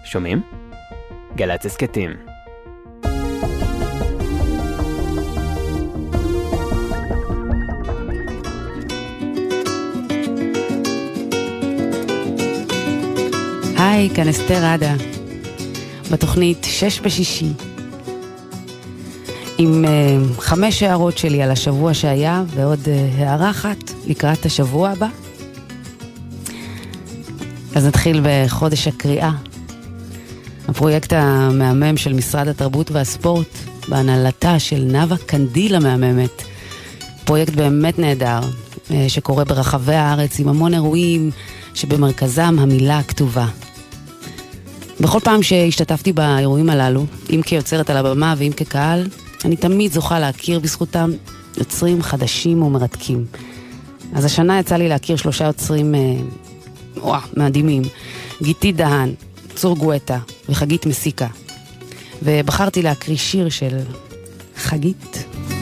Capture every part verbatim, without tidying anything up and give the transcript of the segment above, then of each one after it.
שומעים? גל"צ הסכתים. היי, כאן אסתר עדה, בתוכנית שש בשישי, עם uh, חמש הערות שלי על השבוע שהיה, ועוד uh, הערה אחת לקראת השבוע הבא. אז נתחיל בחודש הקריאה. הפרויקט המהמם של משרד התרבות והספורט, בהנהלתה של נאוה קנדיל המהממת. פרויקט באמת נהדר, uh, שקורה ברחבי הארץ, עם המון אירועים, שבמרכזם המילה הכתובה. בכל פעם שהשתתפתי באירועים הללו, אם כיוצרת על הבמה ואם כקהל, אני תמיד זוכה להכיר בזכותם יוצרים חדשים ומרתקים. אז השנה יצא לי להכיר שלושה יוצרים אה, וואו, מדהימים. גיטי דהן, צור גואטה וחגית מסיקה. ובחרתי להקריא שיר של חגית.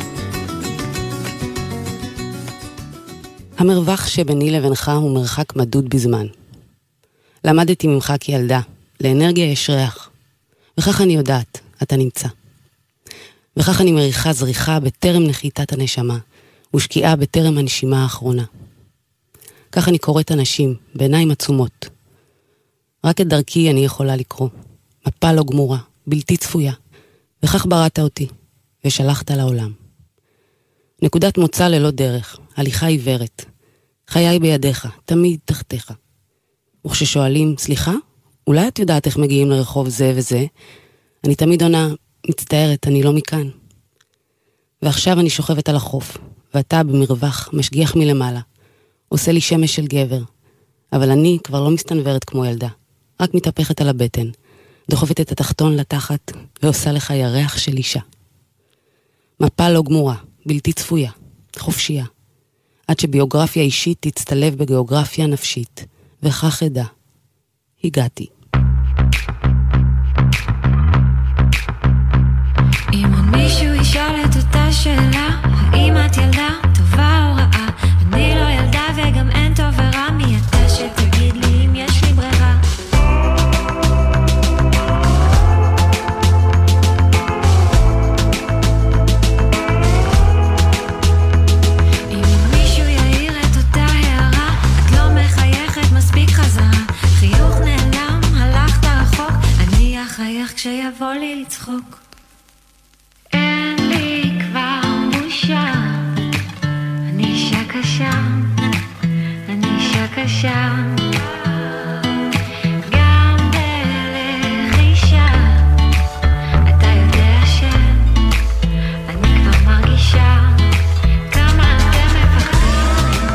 המרווח שביני לבינך הוא מרחק מדוד בזמן. למדתי ממך כילדה, לאנרגיה יש ריח. וכך אני יודעת, אתה נמצא. וכך אני מריחה זריחה בטרם נחיתת הנשמה, ושקיעה בטרם הנשימה האחרונה. כך אני קוראת אנשים, בעיניים עצומות. רק את דרכי אני יכולה לקרוא. מפה לא גמורה, בלתי צפויה. וכך בראת אותי, ושלחת לעולם. נקודת מוצא ללא דרך, הליכה עיוורת. חיי בידיך, תמיד תחתיך. וכששואלים, סליחה? אולי את יודעת איך מגיעים לרחוב זה וזה? אני תמיד עונה, מצטערת, אני לא מכאן. ועכשיו אני שוכבת על החוף, ואתה במרווח משגיח מלמעלה. עושה לי שמש של גבר. אבל אני כבר לא מסתנוורת כמו ילדה. רק מתהפכת על הבטן. דוחפת את התחתון לתחת, ועושה לך ירח של אישה. מפה לא גמורה, בלתי צפויה, חופשייה. עד שביוגרפיה אישית תצטלב בגיאוגרפיה נפשית. וכך אדע. הגעתי. אם עוד מישהו ישאל את אותה שאלה, האם את ילדה טובה או רעה? אני לא ילדה וגם אין טוב ורע. מי אתה שתגיד לי אם יש לי ברירה? אם עוד מישהו יעיר את אותה הערה, את לא מחייכת מספיק חזרה. חיוך נעלם, הלכת רחוק, אני אחייך כשיבוא לי לצחוק. אין לי כבר בושה, אני אישה קשה, אני אישה קשה. גם בלחישה, אתה יודע שאני כבר מרגישה כמה אתם מפחדים.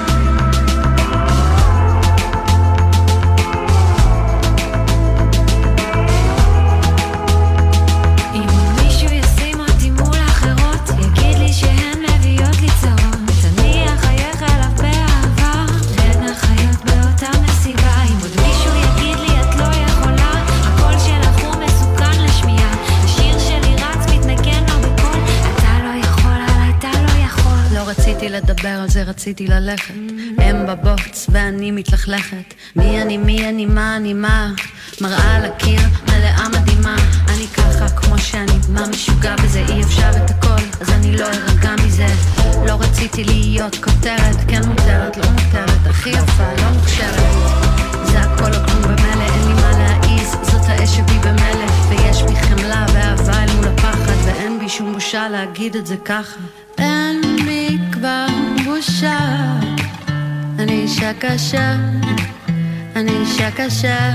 אם עוד מישהו ישים אותי מול אחרות, יגיד לי שהן מביאות לי צרות, אני אחייך אליו באהבה, בין החיות באותה מסיבה. אם עוד מישהו יגיד לי את לא יכולה, הקול שלך הוא מסוכן לשמיעה, השיר שלי רץ מתנגן לו בקול, אתה לא יכול עליי, אתה לא יכול. לא רציתי לדבר על זה, רציתי ללכת. הם בבוץ ואני מתלכלכת. מי אני, מי אני, מה אני, מה? מראה על הקיר, מלאה מדהימה. אני ככה כמו שאני, מה משוגע בזה? אי אפשר את הכל, אז אני לא ארגע מזה. לא רציתי להיות כותרת, כן מותרת, לא מותרת, הכי יפה, לא מוכשרת. זה הכל או כלום במלא, אין לי מה להעיז, זאת האש שבי במלך. ויש בי חמלה ואהבה אל מול הפחד, ואין בי שום בושה להגיד את זה ככה. אין לי כבר בושה, אני אישה קשה, אני אישה קשה.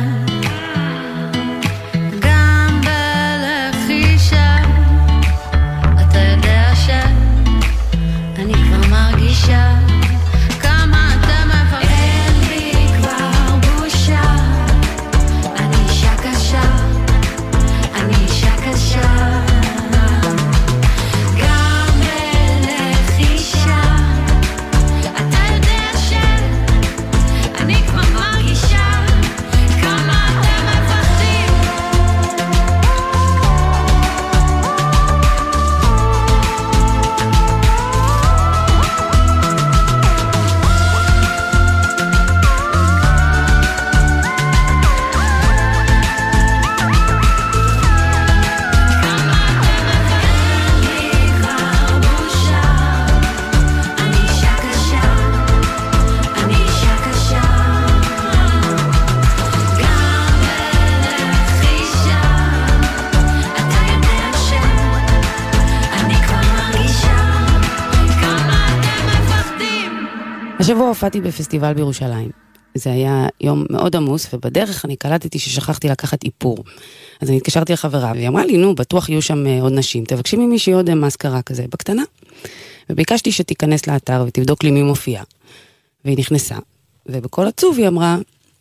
גם בלחישה, אתה יודע שאני כבר מרגישה כמה אתם מפחדים. אין לי כבר בושה, אני אישה קשה, אני אישה קשה. גם בלחישה, אתה יודע שאני כבר מרגישה כמה אתם השבוע הופעתי בפסטיבל בירושלים. זה היה יום מאוד עמוס, ובדרך אני קלטתי ששכחתי לקחת איפור. אז אני התקשרתי לחברה, והיא אמרה לי, נו, בטוח יהיו שם עוד נשים, תבקשי ממישהי עוד מאסקרה כזה, בקטנה. וביקשתי שתיכנס לאתר ותבדוק לי מי מופיע. והיא נכנסה, ובכל עצוב היא אמרה,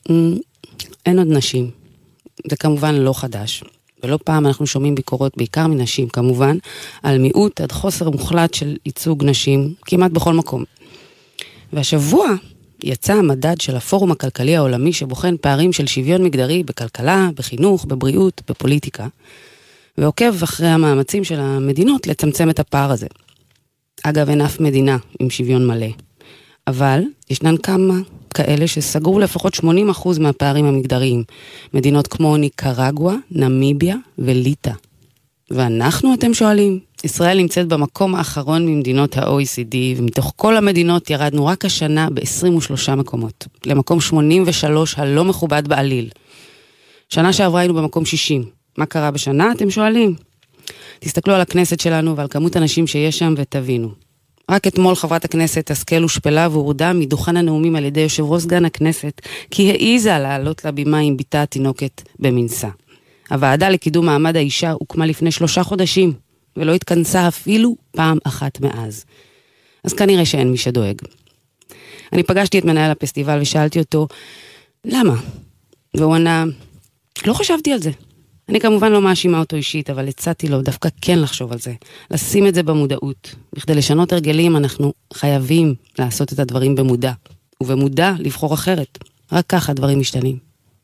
אין עוד נשים. זה כמובן לא חדש. ולא פעם אנחנו שומעים ביקורות, בעיקר מנשים כמובן, על מיעוט עד חוסר מוחלט של ייצוג נשים, כמעט בכל מקום. והשבוע יצא המדד של הפורום הכלכלי העולמי שבוחן פערים של שוויון מגדרי בכלכלה, בחינוך, בבריאות, בפוליטיקה, ועוקב אחרי המאמצים של המדינות לצמצם את הפער הזה. אגב, אין אף מדינה עם שוויון מלא, אבל ישנן כמה כאלה שסגרו לפחות שמונים אחוז מהפערים המגדריים, מדינות כמו ניקרגואה, נמיביה וליטא. ואנחנו, אתם שואלים? ישראל נמצאת במקום האחרון ממדינות ה-או אי סי די, ומתוך כל המדינות ירדנו רק השנה ב-עשרים ושלושה מקומות, למקום שמונים ושלוש הלא מכובד בעליל. שנה שעברה היינו במקום שישים. מה קרה בשנה, אתם שואלים? תסתכלו על הכנסת שלנו ועל כמות אנשים שיש שם ותבינו. רק אתמול חברת הכנסת השכל הושפלה והורדה מדוכן הנאומים על ידי יושב ראש סגן הכנסת, כי העיזה לעלות לבימה עם ביתה התינוקת במנסה. הוועדה לקידום מעמד האישה הוקמה לפני שלושה חודשים, ולא התכנסה אפילו פעם אחת מאז. אז כנראה שאין מי שדואג. אני פגשתי את מנהל הפסטיבל ושאלתי אותו, למה? והוא ענה, לא חשבתי על זה. אני כמובן לא מאשימה אותו אישית, אבל הצעתי לו דווקא כן לחשוב על זה. לשים את זה במודעות. בכדי לשנות הרגלים אנחנו חייבים לעשות את הדברים במודע. ובמודע לבחור אחרת. רק ככה דברים משתנים.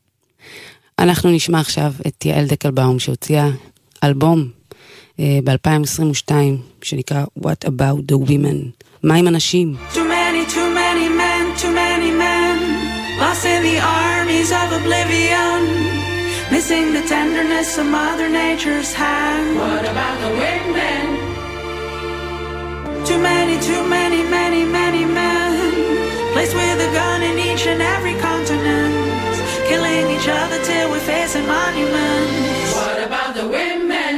אנחנו נשמע עכשיו את יעל דקלבאום שהוציאה אלבום ב-אלפיים עשרים ושתיים שנקרא What About the Women? מה עם אנשים? Too many, too many men, too many men lost in the armies of oblivion, missing the tenderness of Mother Nature's hand. What about the women? Too many, too many, many, many men placed with a gun in each and every continent, killing each other till we're facing monuments. What about the women?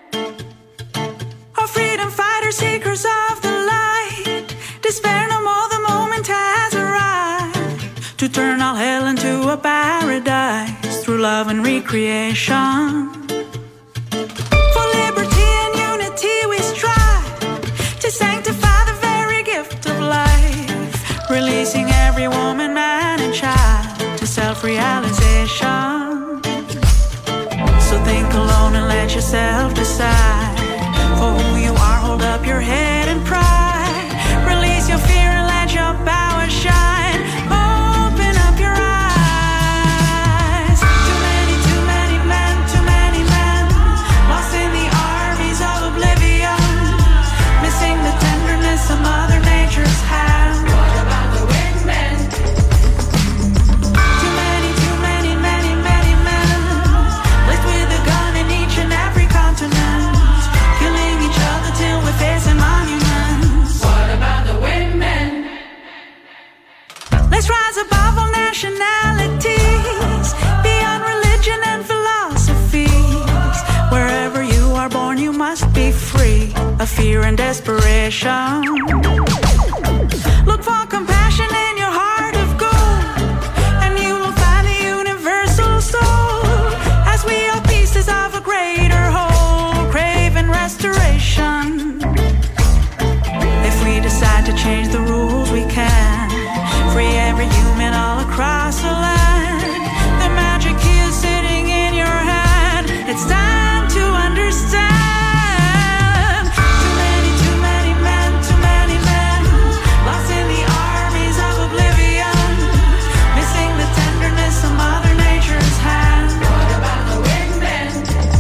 Our freedom fighters, seekers of the light, despair no more, the moment has arrived to turn all hell into a paradise through love and recreation. For liberty and unity we strive to sanctify the very gift of life, releasing every woman, man and child to self-realization. So think alone and let yourself decide for who you are. Hold up your head and pride, release your fear and let your power shine. Open up your eyes. Too many, too many men, too many men lost in the armies of oblivion, missing the tenderness of Mother Nature's hand. What about the women? Too many, too many, many, many men placed with a gun in each and every continent, killing each other till we're facing monuments. What about the women? Let's rise above all nationalities, beyond religion and philosophies. Wherever you are born, you must be free of fear and desperation. Look for compassion in your heart of gold, and you will find the universal soul, as we are pieces of a greater whole, craving restoration. If we decide to change the rules, we can free every human all across the land. The magic is sitting in your hand. It's time to understand. Too many, too many men, too many men lost in the armies of oblivion, missing the tenderness of Mother Nature's hand. What about the women?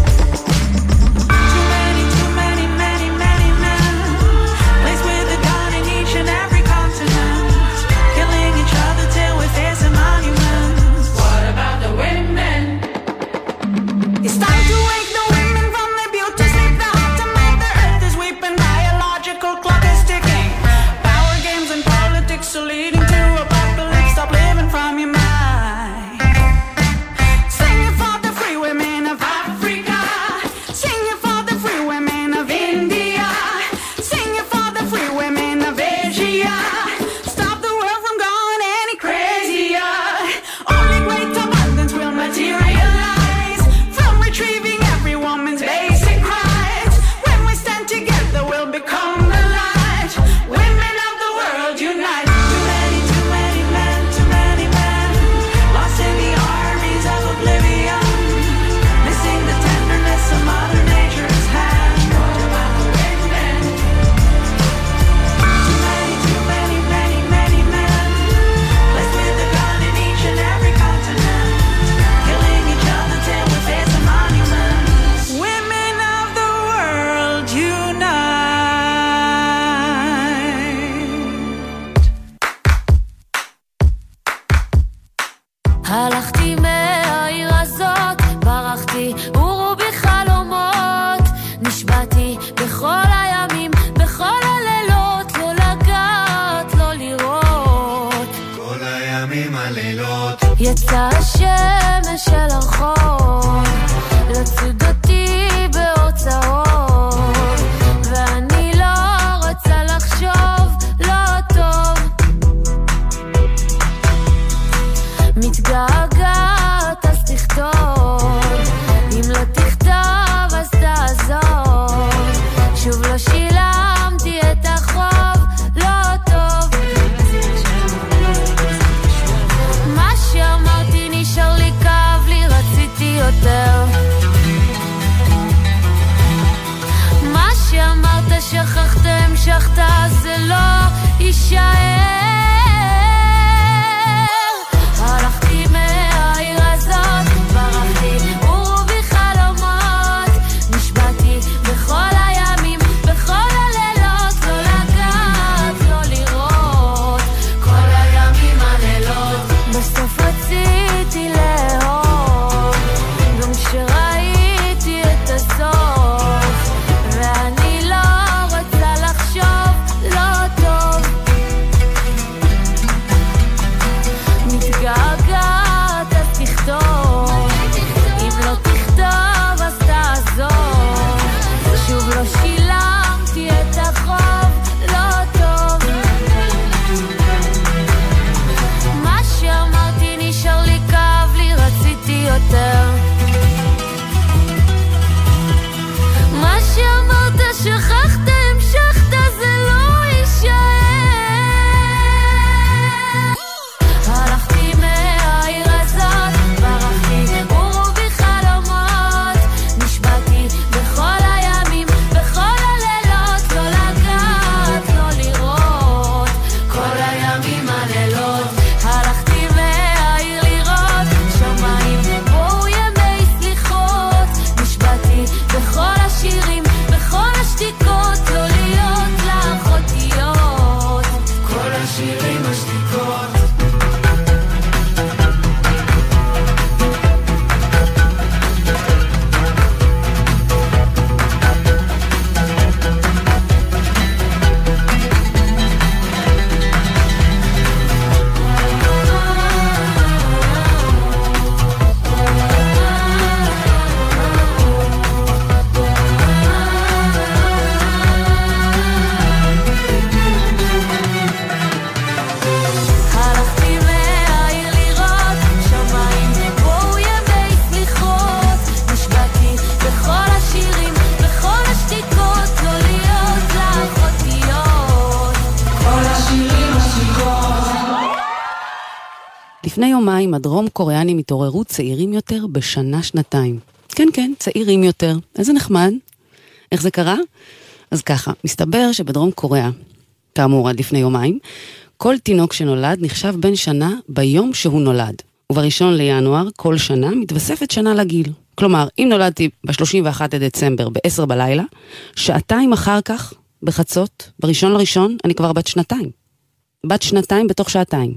Too many, too many, many, many men placed with a gun in each and every continent, killing each other till we're facing monuments. What about the women? It's time to wake the women from their beauty sleep. The heart to make the earth is weeping. Biological clock is ticking. Power games and politics are leading to apocalypse. Stop living from your mind. Sing it for the free women of Africa. Sing it for the free women of India. Sing it for the free women of Asia. Stop the world from שהלכת זה לא יישאר. הלכתי מהעיר הזאת, ברחתי ובחלומות, נשבעתי בכל הימים, בכל הלילות, לא לגעת, לא לראות, כל הימים הלילות. בסוף רציתי לאהוב, גם כשראיתי את הסוף, ואני לא רוצה לחשוב לא טוב. מתגעגעת אז תכתוב, אם לא תכתוב אז תעזוב, שוב לא שילמתי את החוב לא טוב. מה שאמרתי נשאר לי כאב לי, רציתי יותר. מה שאמרת שכחת המשכת זה לא יישאר. הלכתי מהעיר הזאת, ברחתי ובחלומות, נשבעתי בכל הימים, בכל הלילות, לא לגעת, לא לראות, כל הימים הלילות. הלכתי מהעיר לראות שמיים, בואו ימי סליחות, נשבעתי בכל השירים, בכל השתיקות, לא להיות לאחותיות, כל השירים השתיקות. הלכתי מהעיר לראות שמיים, בואו ימי סליחות, נשבעתי בכל השירים, בכל השתיקות, לא להיות לאחותיות, כל השירים השתיקות. לפני יומיים הדרום קוריאנים התעוררו צעירים יותר בשנה שנתיים. כן, כן, צעירים יותר. איזה נחמד. איך זה קרה? אז ככה, מסתבר שבדרום קוריאה, כאמור עד לפני יומיים, כל תינוק שנולד נחשב בן שנה ביום שהוא נולד. ובראשון לינואר כל שנה מתווספת שנה לגיל. כלומר, אם נולדתי ב-שלושים ואחד לדצמבר ב-עשר בלילה, שעתיים אחר כך, בחצות, בראשון לראשון, אני כבר בת שנתיים. בת שנתיים בתוך שעתיים.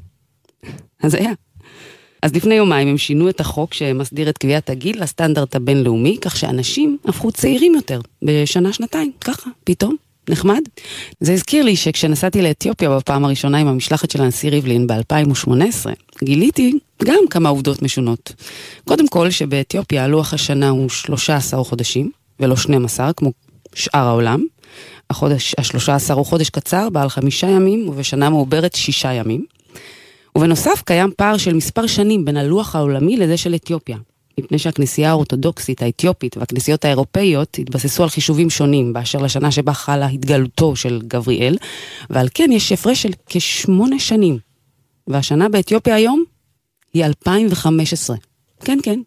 אז היה. אז לפני יומיים הם שינו את החוק שמסדיר את קביעת הגיל לסטנדרט הבינלאומי, כך שאנשים הפכו צעירים יותר בשנה שנתיים. ככה, פתאום. נחמד. זה הזכיר לי שכשנסעתי לאתיופיה בפעם הראשונה עם המשלחת של הנשיא ריבלין ב-אלפיים ושמונה עשרה, גיליתי גם כמה עובדות משונות. קודם כל שבאתיופיה לוח השנה הוא שלושה עשר חודשים, ולא שנים עשר כמו שאר העולם. החודש, ה-שלושה עשר הוא חודש קצר, בעל חמישה ימים, ובשנה מעוברת שישה ימים. ובנוסף קיים פער של מספר שנים בין הלוח העולמי לזה של אתיופיה. מפני שהכנסייה האורתודוקסית האתיופית והכנסיות האירופאיות התבססו על חישובים שונים באשר לשנה שבה חלה התגלותו של גבריאל, ועל כן יש הפרש של כשמונה שנים. והשנה באתיופיה היום היא אלפיים וחמש עשרה. כן, כן.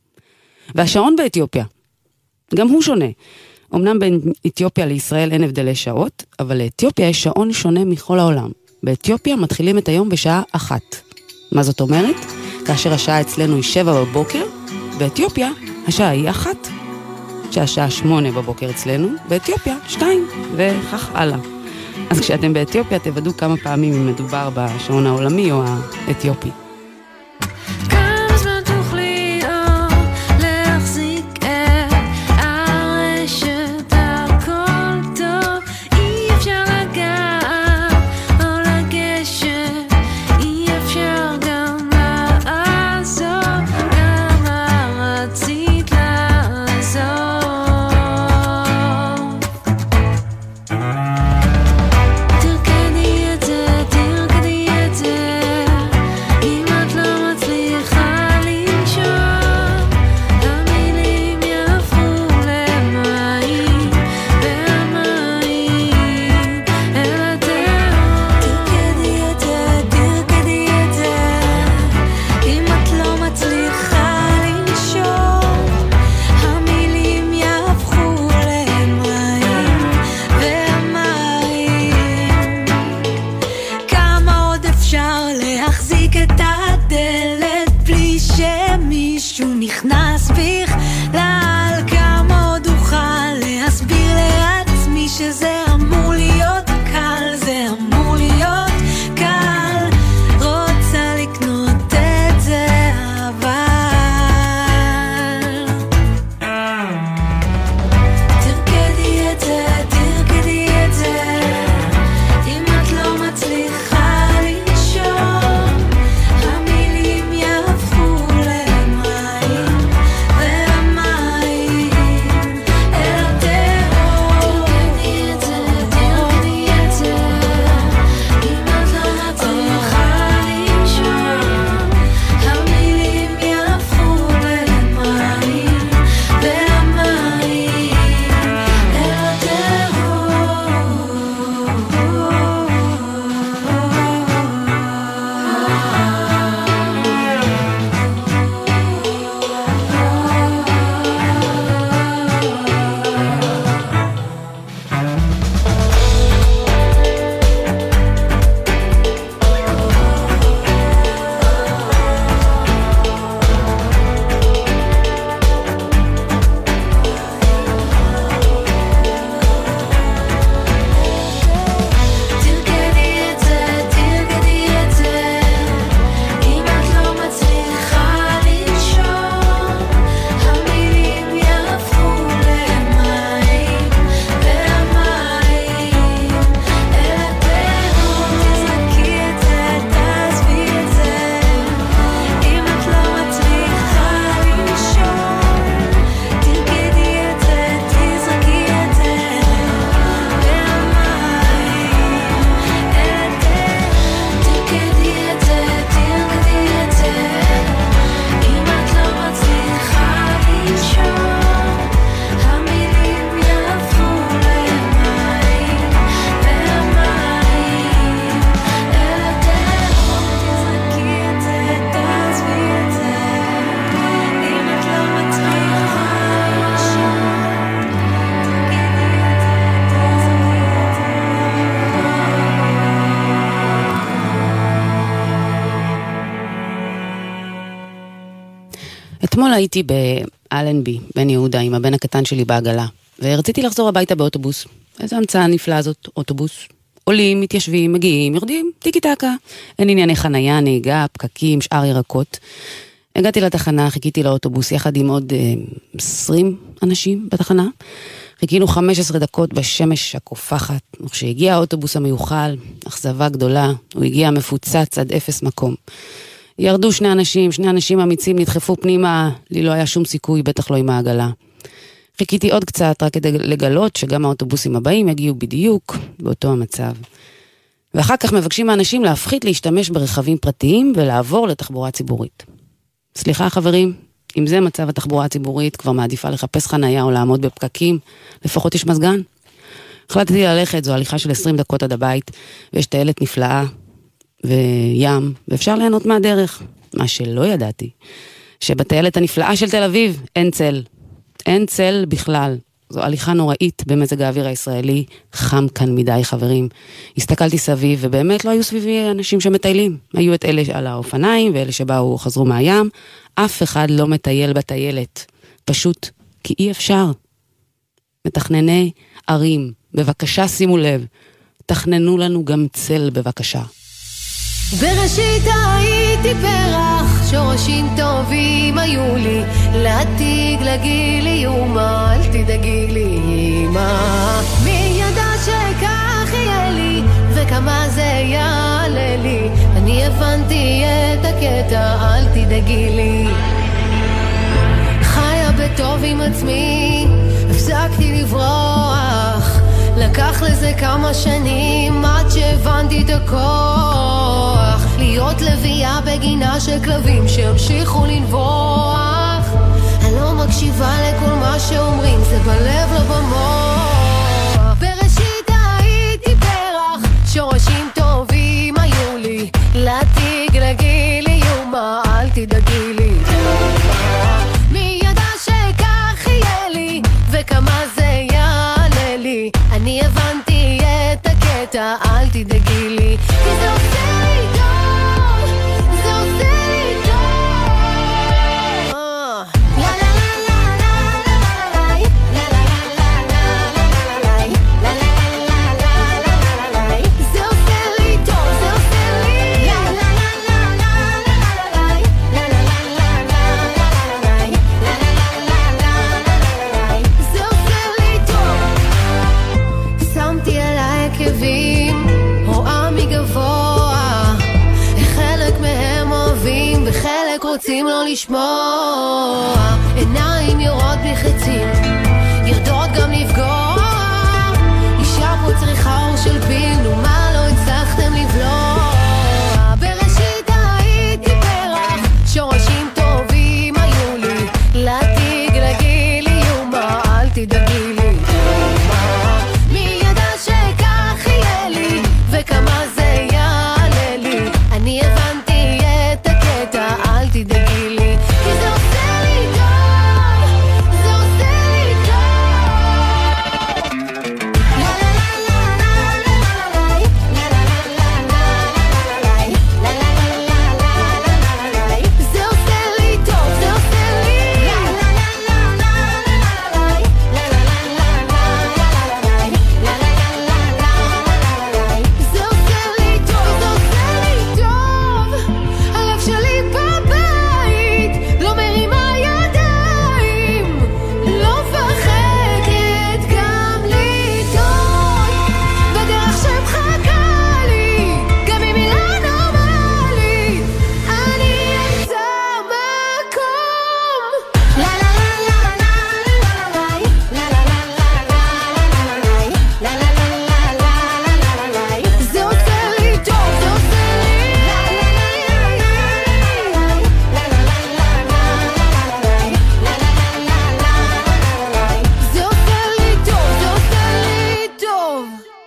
והשעון באתיופיה, גם הוא שונה. אמנם בין אתיופיה לישראל אין הבדלי שעות, אבל לאתיופיה יש שעון שונה מכל העולם. באתיופיה מתחילים את היום בשעה אחת. מה זאת אומרת? כאשר השעה אצלנו היא שבע בבוקר, באתיופיה השעה היא אחת. שהשעה שמונה בבוקר אצלנו, באתיופיה שתיים, וכך הלאה. אז כשאתם באתיופיה תוודאו כמה פעמים אם מדובר בשעון העולמי או האתיופי. תרקדי את זה, תרקדי את זה, אם נכנס בכלל, כמה עוד אוכל להסביר לעצמי שזה אמור להיות קל, זה אמור להיות קל, רוצה לקנות את זה אבל תרקדי את זה, תרקדי את זה, אם את לא מצליחה לנשום המילים יהפכו למים והמים אל התהום. תרקדי את זה, תרקדי את זה, אם את לא מצליחה לנשום המילים יהפכו למים והמים אל תרקדי את זה, תרקדי את זה, אם את לא מצליחה לנשום המילים יהפכו למים והמים אל התהום. תזרקי את זה, תעזבי את זה, אם את לא מצליחה לנשום תרקדי את זה, תזרקי את זה והמים אל התהום. תרקדי את זה, תרקדי את זה, אם את לא מצליחה לנשום המילים יהפכו למים והמים אל התהום. תזרקי את זה, תעזבי את זה, אם את לא מצליחה לנשום תרקדי את זה, תעזבי אתמול הייתי באלנבי, בן יהודה, עם הבן הקטן שלי בעגלה, ורציתי לחזור הביתה באוטובוס. איזו המצאה נפלאה זאת, אוטובוס. עולים, מתיישבים, מגיעים, יורדים, טיקי טקה. אין ענייני חנייה, נהיגה, פקקים, שאר ירקות. הגעתי לתחנה, חיכיתי לאוטובוס יחד עם עוד אה, עשרים אנשים בתחנה. חיכינו חמש עשרה דקות בשמש הקופחת. וכשהגיע האוטובוס המיוחל, אכזבה גדולה, הוא הגיע מפוצץ עד אפס מקום. ירדו שני אנשים, שני אנשים אמיצים נדחפו פנימה, לי לא היה שום סיכוי, בטח לא עם העגלה. חיכיתי עוד קצת רק כדי לגלות שגם האוטובוסים הבאים יגיעו בדיוק באותו המצב. ואחר כך מבקשים האנשים להפחית להשתמש ברכבים פרטיים ולעבור לתחבורה ציבורית. סליחה חברים, אם זה מצב התחבורה הציבורית, כבר מעדיפה לחפש חנייה או לעמוד בפקקים, לפחות יש מזגן. החלטתי ללכת, זו הליכה של עשרים דקות עד הבית, ויש טיילת נפלאה וים, ואפשר ליהנות מהדרך. מה שלא ידעתי, שבטיילת הנפלאה של תל אביב אין צל. אין צל בכלל. זו הליכה נוראית במזג האוויר הישראלי, חם כאן מדי חברים. הסתכלתי סביב ובאמת לא היו סביבי אנשים שמטיילים. היו את אלה על האופניים ואלה שבאו חזרו מהים. אף אחד לא מטייל בטיילת. פשוט כי אי אפשר. מתכנני ערים, בבקשה שימו לב. תכננו לנו גם צל בבקשה. בראשית הייתי פרח, שורשים טובים היו לי, לעתיד לגילי יומה, אל תדאגי לי אמא. מי ידע שכך יהיה לי, וכמה זה יעלה לי, אני הבנתי את הקטע, אל תדאגי לי. חיה בטוב עם עצמי, הפסקתי לברוח, לקח לזה כמה שנים עד שהבנתי את הכוח, להיות לביאה בגינה של כלבים שימשיכו לנבוח. אני לא מקשיבה לכל מה שאומרים, זה בלב לא במוח. בראשית הייתי פרח, שורשים טובים היו לי, לעתיד לגילי יומה, אל תדאגי לי. מי ידע שכך יהיה לי, וכמה זה יעלה לי, אני הבנתי את הקטע, אל תדאגי לי, כי זה עושה לי טוב, זה עושה לי טוב. לשמוע, עיניים יורות בלי חצים, ירדות גם לפגוע, אישה פה צריכה אור של פיל, נו מה לא הצלחתם לבלוע, בראשית הייתי פרח, שורשים טובים היו לי, לתגלגי לי יומה, אל תדאגי לי יומה, מי ידע שכך יהיה לי, וכמה זה יעלה לי, אני הבנתי את הקטע, אל תדאגי לי, כי זה עושה לי טוב, זה עושה לי טוב. לה לה לה לה לה לה לה לה לה לה לה לה, זה עושה לי טוב, זה עושה לי לה לה לה לה לה לה לה לה לה, זה עושה לי טוב, זה עושה לי טוב. הלב שלי בבית, לא מרימה ידיים, לא מפחדת גם לטעות, בדרך שמחכה לי, גם אם היא לא נורמלית, אני אמצא מקום. לה לה לה לה לה לה לה לה לה לה לה לה, זה עושה לי טוב, זה עושה לי לה לה לה לה זה עושה לי טוב, זה עושה לי טוב.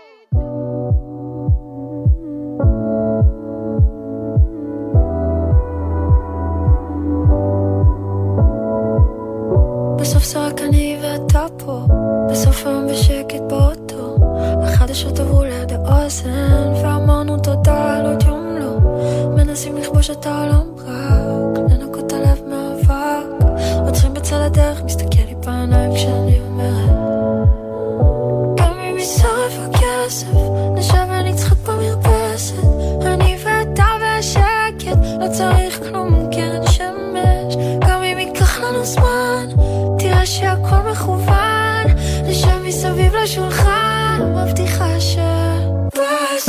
בסוף זה רק אני ואתה פה, בסוף היום בשקט באוטו, החדשות עברו ליד האוזן, ואמרנו תודה על עוד יום לא, מנסים לכבוש את העולם רק, לנקות הלב מאבק, עוצרים בצד הדרך, מסתכל לי בעיניים כשאני אומרת, גם אם ישרף הכסף, נשב ונצחק במרפסת, אני ואתה והשקט, לא צריך כלום קרן שמש, גם אם ייקח לנו זמן, תראה שהכל מכוון, נשב מסביב לשולחן, מבטיחה שבסוף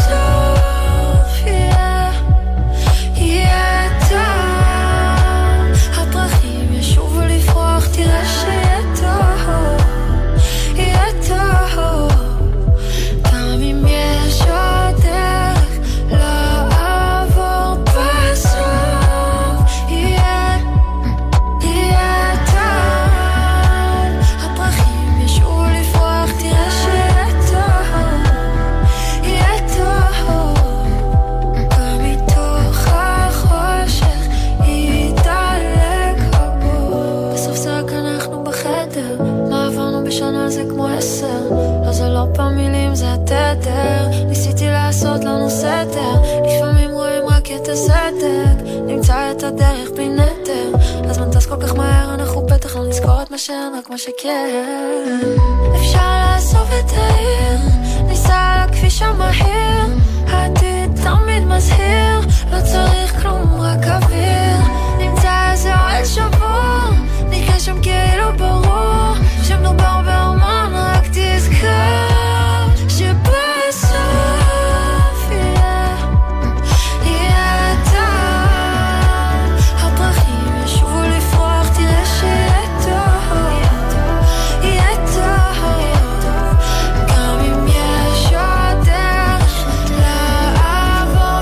יהיה, יהיה טוב, הפרחים ישובו לפרוח, תראה שיהיה טוב, יהיה טוב, גם אם יש עוד דרך לעבור, בסוף יהיה, יהיה טוב, הפרחים ישובו לפרוח, תראה שיהיה טוב, יהיה טוב, גם מתוך החושך יתעלק הבוא, בסוף זה רק אנחנו בחדר, מה עברנו בשנה זה כמו עשר, לא זה לא פעם מילים זה התדר, ניסיתי לעשות לנו סדר, לפעמים רואים רק את הסדק, נמצא את הדרך בלי נדר, הזמן טס כל כך מהר, אנחנו בטח לא נזכור את מה שאין, רק מה שכן, אפשר לעזוב את העיר, ניסע על הכביש המהיר, העתיד תמיד מזהיר, לא צריך כלום רק אוויר, נמצא איזה אוהל שבור, נחיה שם כאילו ברור, שמדובר באומן, רק תזכר שבסוף יהיה, יהיה טוב, הפרחים ישובו לפרוח, תראה שיהיה טוב, יהיה טוב, גם אם יש עוד דרך לעבור,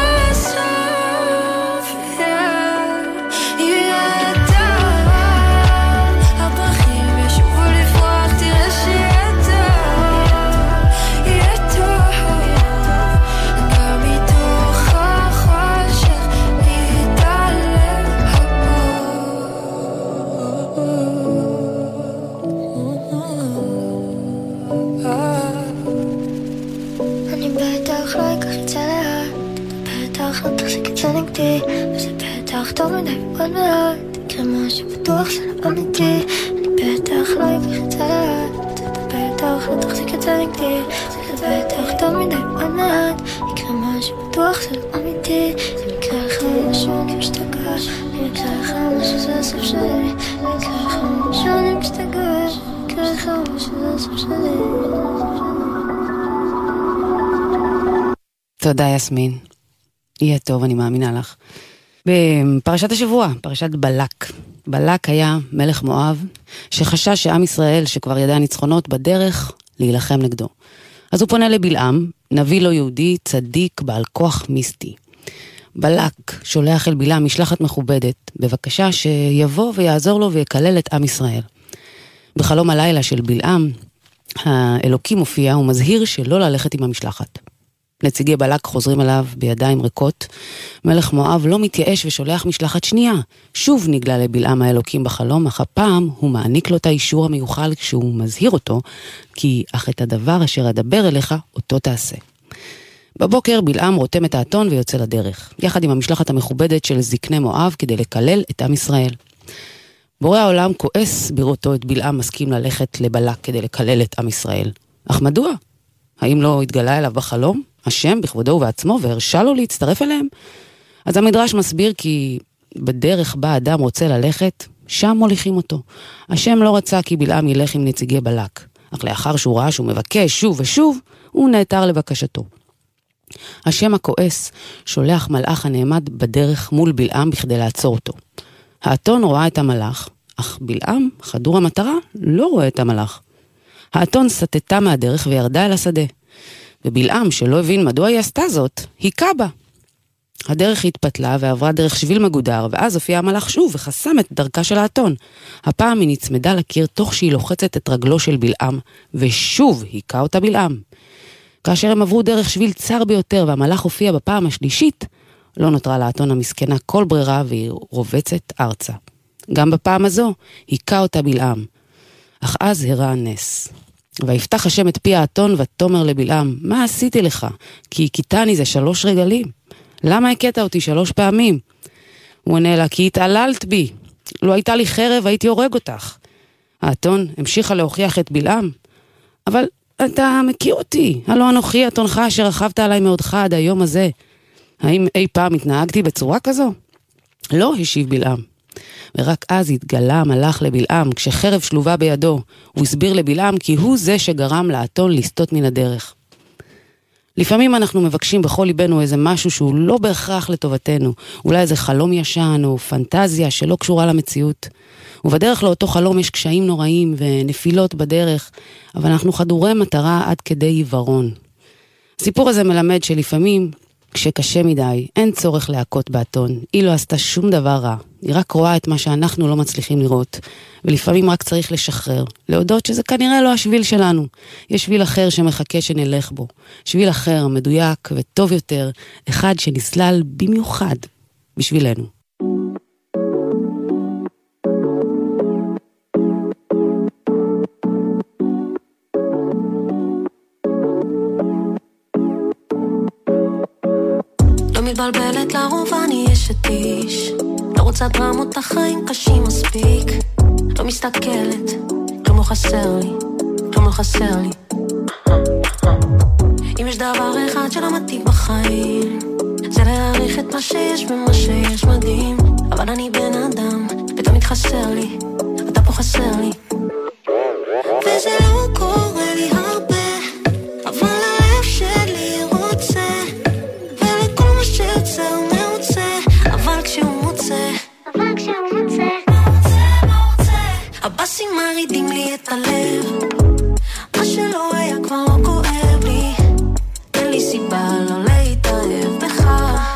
ובסוף יהיה, יהיה טוב, הפרחים ישובו לפרוח, תראה שיהיה טוב, יהיה טוב, גם מתוך החושך יתעלם אני בטח לא אקח את זה לאט, בטח לא תחזיק את זה נגדי, וזה בטח טוב מדי מאוד מאוד, יקרה משהו בטוח זה לא אמיתי, אני בטח לא אקח את זה לאט, בטח לא תחזיק את זה נגדי, זה בטח טוב מדי מאוד מאוד, יקרה משהו בטוח זה לא אמיתי, זה מקרה אחרי משהו אני משתגע, זה מקרה אחרי משהו זה הסוף שלי, זה מקרה אחרי משהו אני משתגע, זה מקרה אחרי משהו זה הסוף שלי. תודה יסמין. יהיה טוב, אני מאמינה לך. בפרשת השבוע, פרשת בלק. בלק היה מלך מואב, שחשש שעם ישראל, שכבר ידע ניצחונות, בדרך להילחם נגדו. אז הוא פונה לבלעם, נביא לו יהודי, צדיק, בעל כוח מיסטי. בלק שולח אל בלעם משלחת מכובדת, בבקשה שיבוא ויעזור לו ויקלל את עם ישראל. בחלום הלילה של בלעם, האלוקים מופיע ומזהיר שלא ללכת עם המשלחת. נציגי בלק חוזרים אליו בידיים ריקות. מלך מואב לא מתייאש ושולח משלחת שנייה. שוב נגלה לבלעם האלוקים בחלום, אך הפעם הוא מעניק לו את האישור המיוחל כשהוא מזהיר אותו, כי אך את הדבר אשר אדבר אליך, אותו תעשה. בבוקר בלעם רותם את האתון ויוצא לדרך, יחד עם המשלחת המכובדת של זקני מואב כדי לקלל את עם ישראל. בורא העולם כועס בראותו את בלעם מסכים ללכת לבלק כדי לקלל את עם ישראל. אך מדוע? האם לא התגלה אליו בחלום? השם בכבודו ובעצמו והרשה לו להצטרף אליהם? אז המדרש מסביר כי בדרך בה אדם רוצה ללכת, שם מוליכים אותו. השם לא רצה כי בלעם ילך עם נציגי בלק, אך לאחר שהוא ראה שהוא מבקש שוב ושוב, הוא נעתר לבקשתו. השם הכועס שולח מלאך הנעמד בדרך מול בלעם בכדי לעצור אותו. האתון רואה את המלאך, אך בלעם, חדור המטרה, לא רואה את המלאך. האתון סטטה מהדרך וירדה אל השדה. ובלעם, שלא הבין מדוע היא עשתה זאת, היכה בה. הדרך התפתלה ועברה דרך שביל מגודר, ואז הופיע המלאך שוב וחסם את דרכה של האתון. הפעם היא נצמדה לקיר תוך שהיא לוחצת את רגלו של בלעם, ושוב היכה אותה בלעם. כאשר הם עברו דרך שביל צר ביותר והמלאך הופיע בפעם השלישית, לא נותרה לאתון המסכנה כל ברירה והיא רובצת ארצה. גם בפעם הזו היכה אותה בלעם. אך אז הראה הנס. ויפתח השם את פי האתון ותאמר לבלעם, מה עשיתי לך? כי הכיתני זה שלוש רגלים. למה הכית אותי שלוש פעמים? הוא עונה לה, כי התעללת בי. לא הייתה לי חרב, הייתי הורג אותך. האתון המשיכה להוכיח את בלעם. אבל אתה מכיר אותי, הלא אנוכי אתונך אשר רכבת עליי מעודך עד היום הזה. האם אי פעם התנהגתי בצורה כזו? לא, השיב בלעם. ורק אז התגלה המלאך לבלעם, כשחרב שלובה בידו. הוא הסביר לבלעם כי הוא זה שגרם לאתון לסטות מן הדרך. לפעמים אנחנו מבקשים בכל ליבנו איזה משהו שהוא לא בהכרח לטובתנו. אולי איזה חלום ישן או פנטזיה שלא קשורה למציאות. ובדרך לאותו חלום יש קשיים נוראים ונפילות בדרך, אבל אנחנו חדורי מטרה עד כדי עיוורון. הסיפור הזה מלמד שלפעמים, כשקשה מדי, אין צורך להכות באתון. היא לא עשתה שום דבר רע. היא רק רואה את מה שאנחנו לא מצליחים לראות. ולפעמים רק צריך לשחרר. להודות שזה כנראה לא השביל שלנו. יש שביל אחר שמחכה שנלך בו. שביל אחר, מדויק וטוב יותר. אחד שנסלל במיוחד בשבילנו. מתבלבלת לרוב אני אשת איש, לא רוצה דרמות, החיים קשים מספיק. לא מסתכלת, כלום לא חסר לי, כלום לא חסר לי. אם יש דבר אחד שלמדתי בחיים, זה להעריך את מה שיש ומה שיש מדהים. אבל אני בן אדם, ותמיד חסר לי, אתה פה חסר לי. וזה לא קורה לי הרבה, אבל הלב שלי רוצה, שיוצא הוא מעוצה, אבל כשהוא מוצא, אבל כשהוא מוצא, הבאסים מרידים לי את הלב, מה שלא היה כבר לא כואב לי, אין לי סיבה לא להתאהב בך.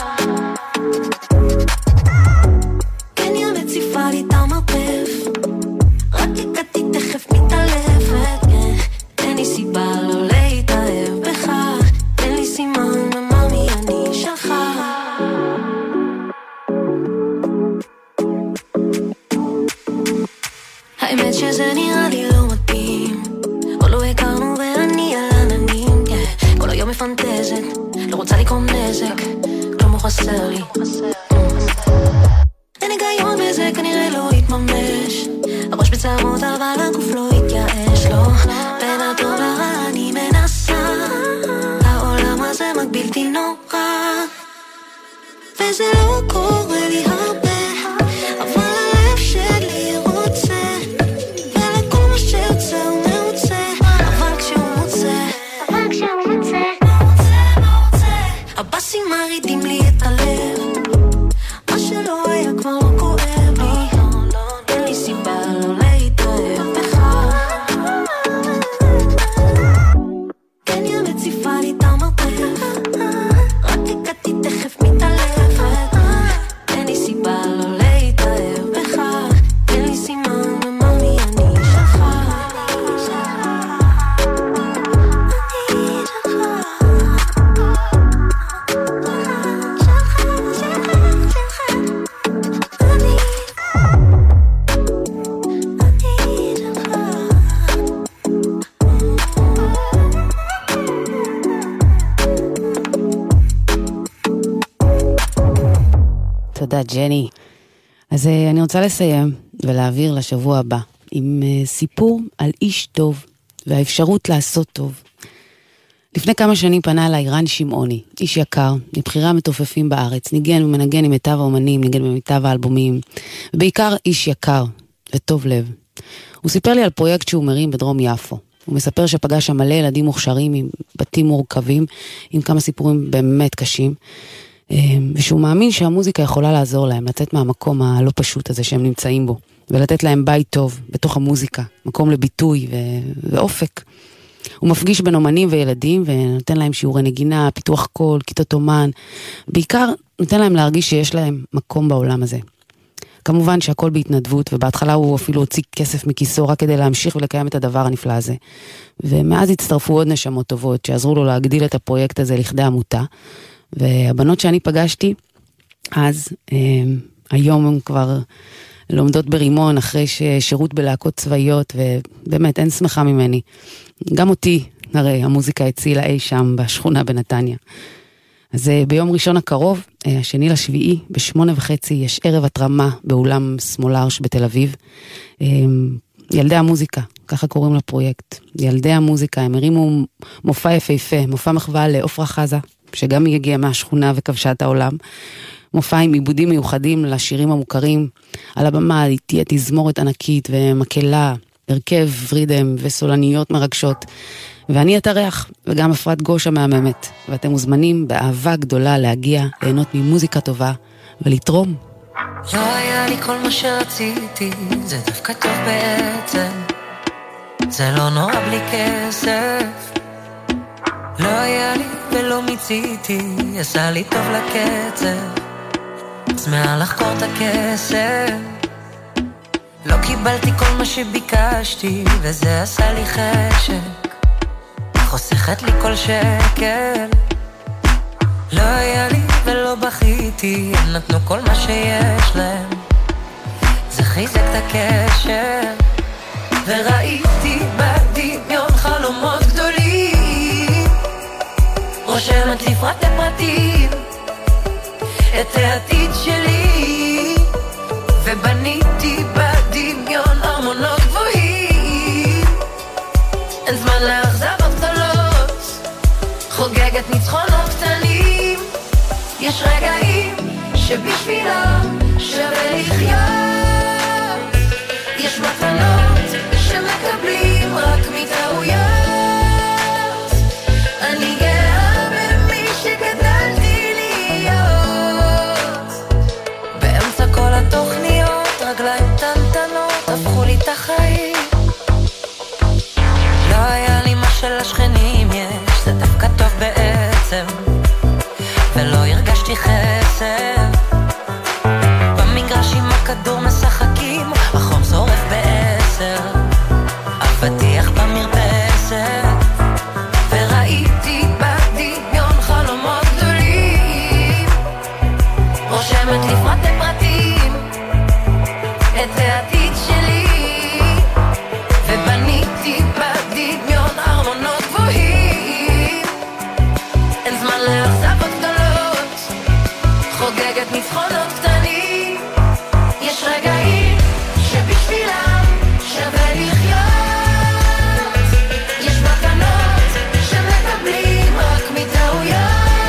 כן יא מציפה לי את המרפף, רק הגעתי תכף מתעלפת, אין לי סיבה לא להתאהב בך, אין לי סימן מממי אני שלך. האמת שזה נראה לי לא מתאים, עוד לא הכרנו ואני על עננים, yeah. כל היום מפנטזת, לא רוצה לקרום נזק, כלום הוא חסר לי. אין היגיון בזה כנראה לא יתממש, הראש בצערות אבל הגוף לא יתייאש, לא בין הטוב לרע אני מנסה, העולם הזה מגבילתי נורא, וזה לא קורה לי הרבה, אבל הלב שלי רוצה, ולכל מה שיוצא הוא מעוצה, אבל כשהוא מוצא, אבל כשהוא מוצא, הבאסים מרידים לי את הלב, מה שלא תודה, ג'ני. אז אני רוצה לסיים ולהעביר לשבוע הבא עם סיפור על איש טוב והאפשרות לעשות טוב. לפני כמה שנים פנה אליי רן שמעוני, איש יקר, מבחירי המתופפים בארץ, ניגן ומנגן עם מיטב האומנים, ניגן במיטב האלבומים, ובעיקר איש יקר וטוב לב. הוא סיפר לי על פרויקט שהוא מרים בדרום יפו. הוא מספר שפגש שם מלא ילדים מוכשרים עם בתים מורכבים, עם כמה סיפורים באמת קשים, ושהוא מאמין שהמוזיקה יכולה לעזור להם, לצאת מהמקום הלא פשוט הזה שהם נמצאים בו, ולתת להם בית טוב בתוך המוזיקה, מקום לביטוי ו- ואופק. הוא מפגיש בין אומנים וילדים, ונותן להם שיעורי נגינה, פיתוח קול, כיתות אומן, בעיקר נותן להם להרגיש שיש להם מקום בעולם הזה. כמובן שהכל בהתנדבות, ובהתחלה הוא אפילו הוציא כסף מכיסו רק כדי להמשיך ולקיים את הדבר הנפלא הזה. ומאז הצטרפו עוד נשמות טובות שעזרו לו להגדיל את הפרויקט הזה לכדי עמותה. והבנות שאני פגשתי, אז היום הם כבר לומדות ברימון אחרי שירות בלהקות צבאיות, ובאמת אין שמחה ממני. גם אותי, הרי המוזיקה הצילה אי שם בשכונה בנתניה. אז ביום ראשון הקרוב, השני לשביעי, בשמונה וחצי, יש ערב התרמה באולם סמולרש בתל אביב. ילדי המוזיקה, ככה קוראים לפרויקט. ילדי המוזיקה, הם הרימו מופע יפהפה, מופע מחווה לאופרה חזה, שגם היא הגיעה מהשכונה וכבשה את העולם. מופע עם עיבודים מיוחדים לשירים המוכרים. על הבמה תהיה תזמורת ענקית ומקהלה, הרכב רידם וסולניות מרגשות. ואני אתארח, וגם אפרת גוש המהממת, ואתם מוזמנים באהבה גדולה להגיע, ליהנות ממוזיקה טובה ולתרום. לא היה לי כל מה שרציתי, זה דווקא טוב בעצם, זה לא נורא בלי כסף. לא היה לי ולא מיציתי, עשה לי טוב לקצב, צמאה לחקור את הכסף. לא קיבלתי כל מה שביקשתי, וזה עשה לי חשק, חוסכת לי כל שקל. לא היה לי ולא בכיתי, הם נתנו כל מה שיש להם, זה חיזק את הקשר. וראיתי בדמיון חלומות גדולים, רושמת לי פרט לפרטים את העתיד שלי, ובניתי בדמיון ארמונות גבוהים. אין זמן לאכזבות גדולות, חוגגת ניצחונות קטנים. יש רגעים שבשבילם שווה לחיות, יש מתנות שמקבלים רק מטעויות. אני גאה במי שגדלתי להיות, באמצע כל התוכניות רגליים טנטנות הפכו לי את החיים. לא היה לי מה שלשכנים יש, זה דווקא טוב בעצם, ולא הרגשתי חסר. במגרש עם הכדור משחקים, החום שורף בעשר, אבטיח במרפסת. וראיתי בדמיון חלומות גדולים, רושמת לי פרט לפרטים את העתיד שלי, ובניתי בדמיון ארמונות גבוהים. אין זמן לאכזבות גדולות, חוגגת ניצחונות קטנים. יש רגעים שבשבילם שווה לחיות, יש מתנות שמקבלים רק מטעויות.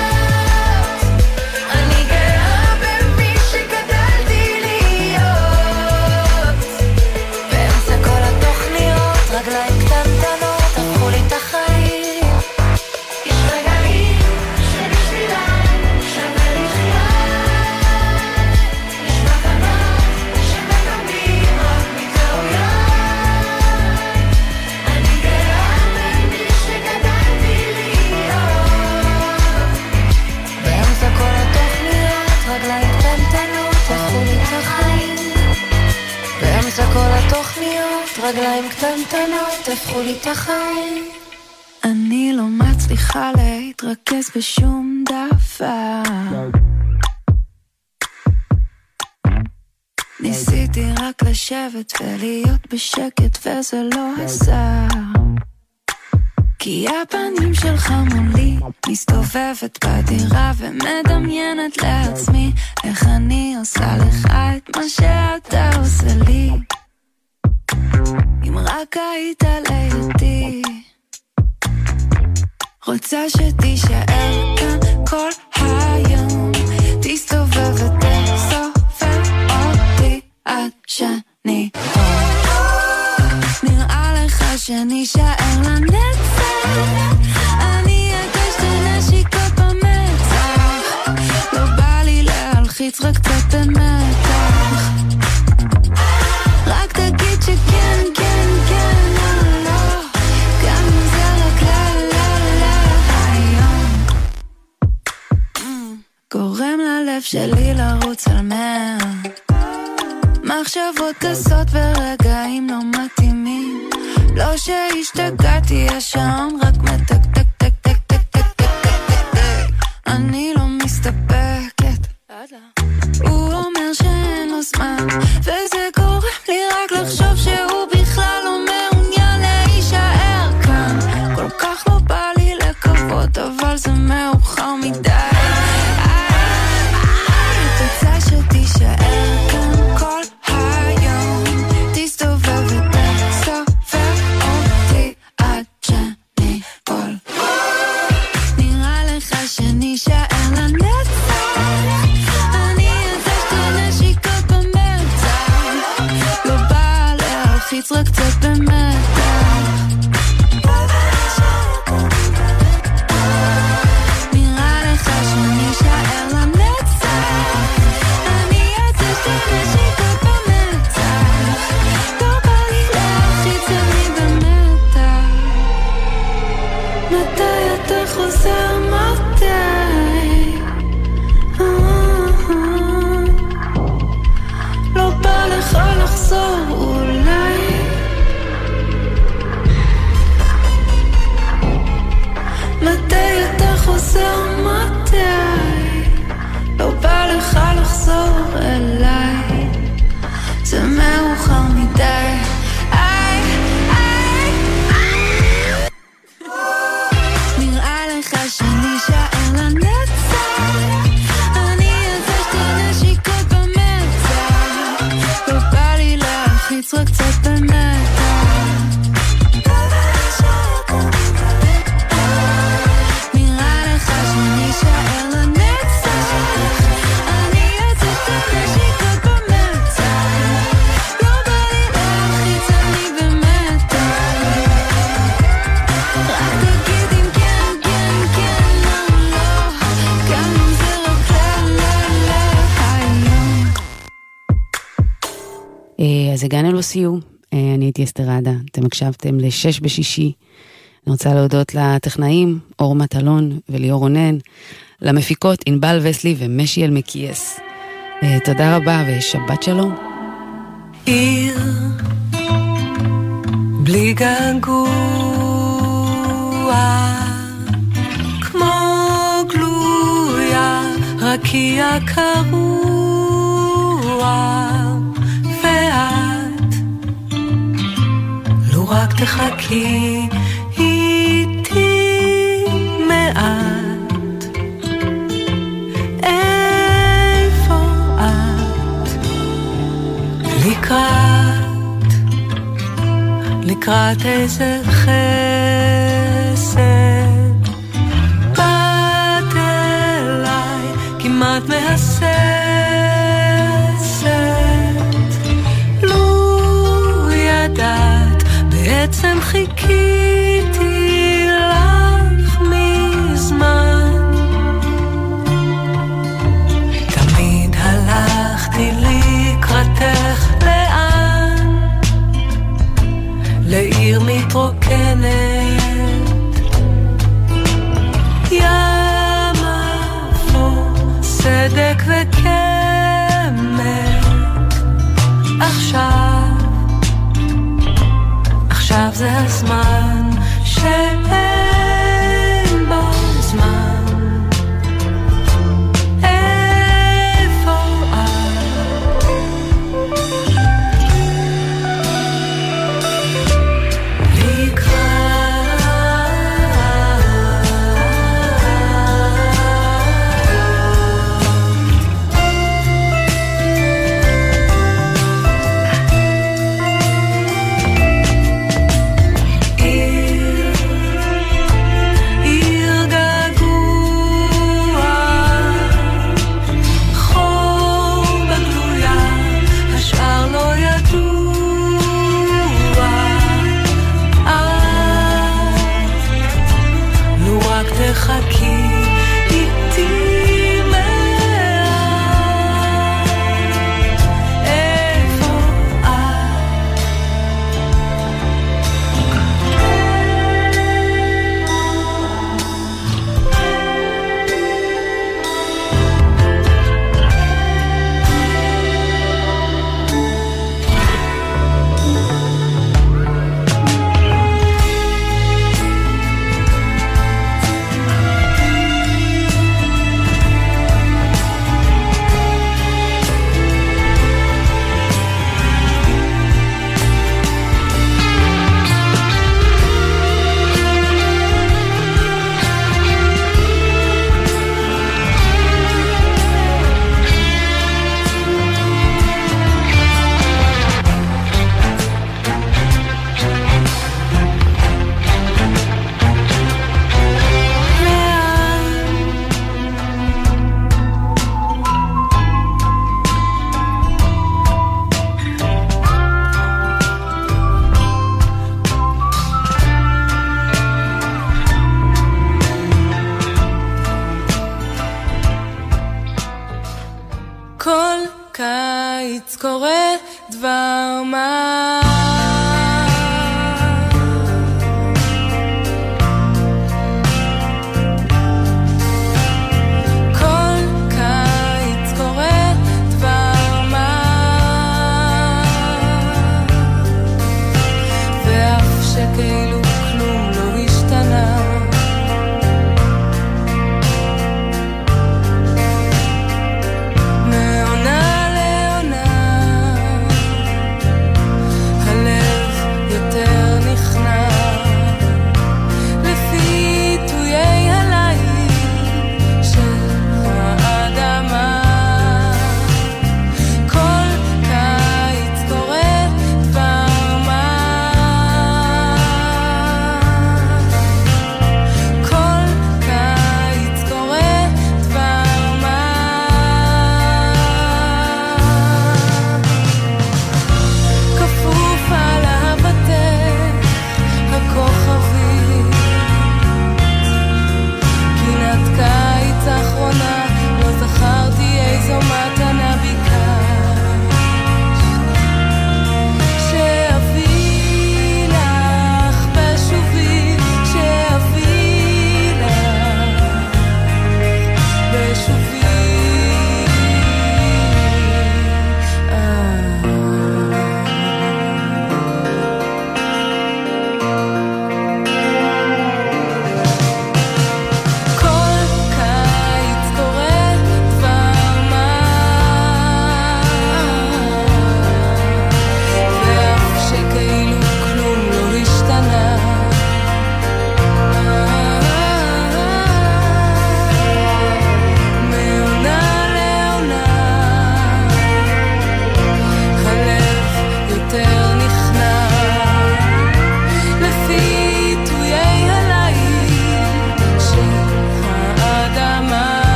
אני גאה במי שגדלתי להיות, באמצע כל התוכניות רגליים קטנטנות הפכו לי את החיים. יש רגעים שבשבילם שווה לחיות, יש מתנות שמקבלים רק מטעויות. אני גאה במי שגדלתי להיות, באמצע כל התוכניות רגליים קטנטנות הפכו לי את החיים. באמצע כל התוכניות רגליים קטנטנות הפכו לי את החיים. אני לא מצליחה להתרכז בשום דבר, ניסיתי רק לשבת ולהיות בשקט וזה לא עזר, כי הפנים שלך מולי, מסתובבת בדירה ומדמיינת לעצמי איך אני עושה לך את מה שאתה עושה לי. אם רק היית לידי, רוצה שתישאר כאן כל היום, תסתובב ותסובב אותי עד שאני נראה לך שנישאר לנצח, אני אתן שתי נשיקות במצח, לא בא לי להלחיץ רק קצת במתח, רק תגיד שכן כן כן או לא, גם אם זה רק לא לא לא היום, גורם ללב שלי לרוץ על מאה, מחשבות טסות ברגעים לא מתאימים, לא שהשתגעתי השעון רק מתק תק תק תק תק תק תק תק, אני לא מסתפקת, הוא אומר שאין לו זמן, וזה גורם לי רק לחשוב שהוא בכלל לא מעוניין להישאר כאן, כל כך לא בא לי לקוות אבל זה מאוחר מדי, תצא שתישאר כאן כל היום, תסתובב ותסובב אותי עד שאני פול, נראה לך שנישאר לנצח, אני אתן שתי נשיקות במצח, לא בא להלחיץ רק קצת במתח, נראה לך שנישאר לנצח, אני אתן שתי נשיקות במצח, לא בא לי להלחיץ אני במתח, מתי אתה חוזר מתי, לא בא לך לחזור אולי, מתי אתה חוזר מתי, לא בא לך לחזור אליי, זה מאוחר מדי, איי איי איי, נראה לך שנישאר לנצח, אני אתן שתי נשיקות במצח, לא בא לי להלחיץ רק קצת במתח, נראה לך שנישאר לנצח, אני אתן שתי נשיקות במצח, לא בא לי להלחיץ אני במתח, רק תגיד אם כן כן כן או לא, גם אם זה רק לא לא לא היום. אה, אז הגענו לסיום, אה, אני הייתי אסתר עדה, אתם הקשבתם לשש בשישי, אני רוצה להודות לטכנאים, אור מטלון וליאור רונן, למפיקות ענבל וסלי ומשי אלמקייס. אה, תודה רבה ושבת שלום. עיר בלי געגוע, כמו גלויה, רקיע קרוע, ואת לו רק תחכי איתי מעט, איפה את? לקראת, לקראת איזה חסד, באת אליי כמעט מהססת, לו ידעת בעצם חיכיתי לך מזמן, תמיד הלכתי לקראתך לאן, לעיר מתרוקנת, ים אפור, סדק וקמת, עכשיו עכשיו זה הזמן שאין בו זמן, איפה את? לקראת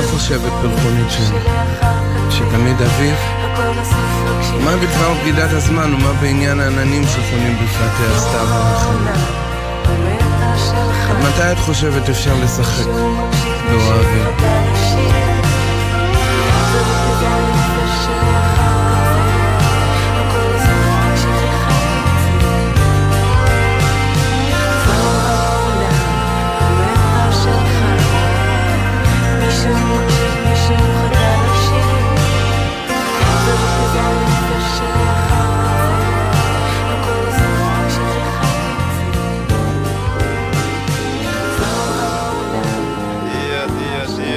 חושבת פרחונית שלי, שתמיד אביב? מה בדבר בגידת הזמן ומה בעניין העננים שחונים בפלטי הסתיו והחיים? עד מתי את חושבת אפשר לשחק באוהבים? Dia, dia, dia.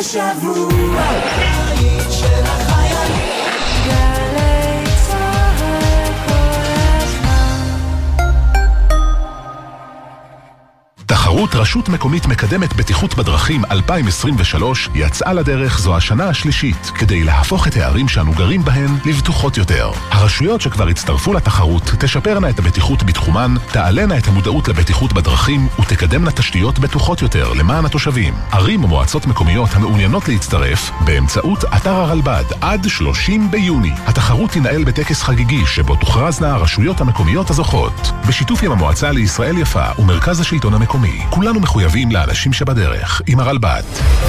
השבוע, הבית של החיילים. גלי צהל כל הזמן. תחרות רשות מקומית מקדמת בטיחות בדרכים אלפיים עשרים ושלוש יצאה לדרך זו השנה השלישית כדי להפוך את הערים שאנו גרים בהן לבטוחות יותר. הרשויות שכבר הצטרפו לתחרות תשפרנה את הבטיחות בתחומן, תעלנה את המודעות לבטיחות בדרכים ותקדמנה תשתיות בטוחות יותר למען התושבים. ערים ומועצות מקומיות המעוניינות להצטרף באמצעות אתר הרלב"ד עד שלושים ביוני. התחרות תנהל בטקס חגיגי שבו תוכרזנה הרשויות המקומיות הזוכות. בשיתוף עם המועצה לישראל יפה ומרכז השלטון המקומי. כולנו מחויבים לאנשים שבדרך עם הרלב"ד.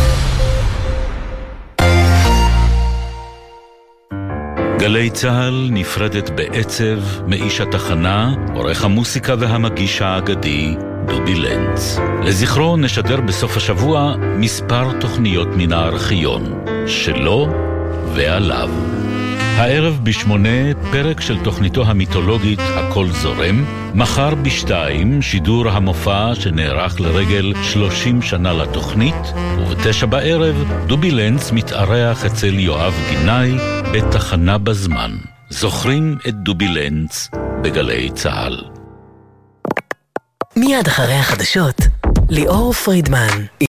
גלי צהל נפרדת בעצב מאיש התחנה, עורך המוסיקה והמגיש האגדי דובי לנץ. לזכרו נשדר בסוף השבוע מספר תוכניות מן הארכיון שלו ועליו. הערב בשמונה פרק של תוכניתו המיתולוגית הכל זורם, מחר בשתיים שידור המופע שנערך לרגל שלושים שנה לתוכנית, ובתשע בערב דובי לנץ מתארח אצל יואב גינאי בתחנה בזמן. זוכרים את דובי לנץ בגלי צהל. מיד אחרי החדשות, ליאור פרידמן.